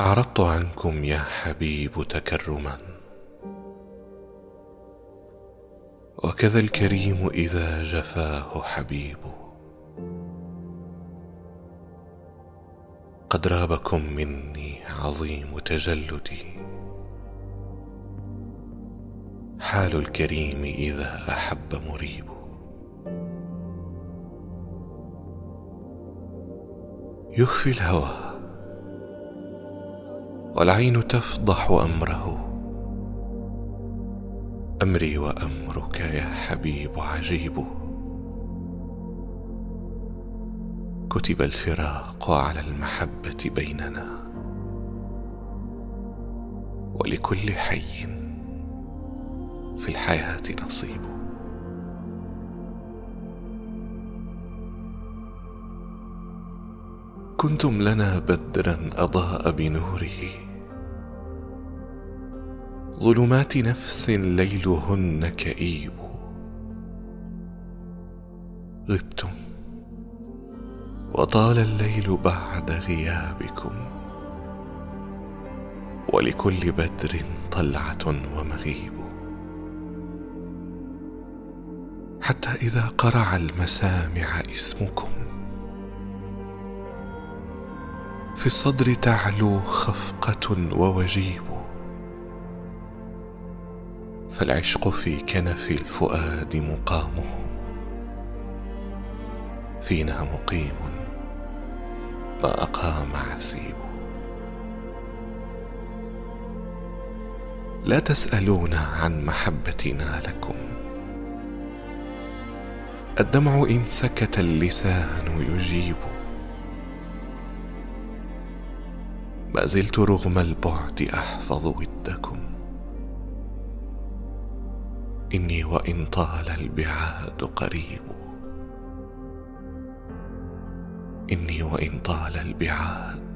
أعرضت عنكم يا حبيب تكرما، وكذا الكريم إذا جفاه حبيبه. قد رابكم مني عظيم تجلدي، حال الكريم إذا أحب مريبه. يخفي الهوى والعين تفضح أمره، أمري وأمرك يا حبيب عجيب. كتب الفراق على المحبة بيننا، ولكل حي في الحياة نصيب. كنتم لنا بدرا أضاء بنوره، ظلمات نفس ليلهن كئيب. غبتم وطال الليل بعد غيابكم، ولكل بدر طلعة ومغيب. حتى إذا قرع المسامع اسمكم، في الصدر تعلو خفقة ووجيب. فالعشق في كنف الفؤاد مقامه، فينا مقيم ما أقام عسيب. لا تسألون عن محبتنا لكم، الدمع إن سكت اللسان يجيب. ما زلت رغم البعد أحفظ ودكم، إني وإن طال البعاد قريب. إني وإن طال البعاد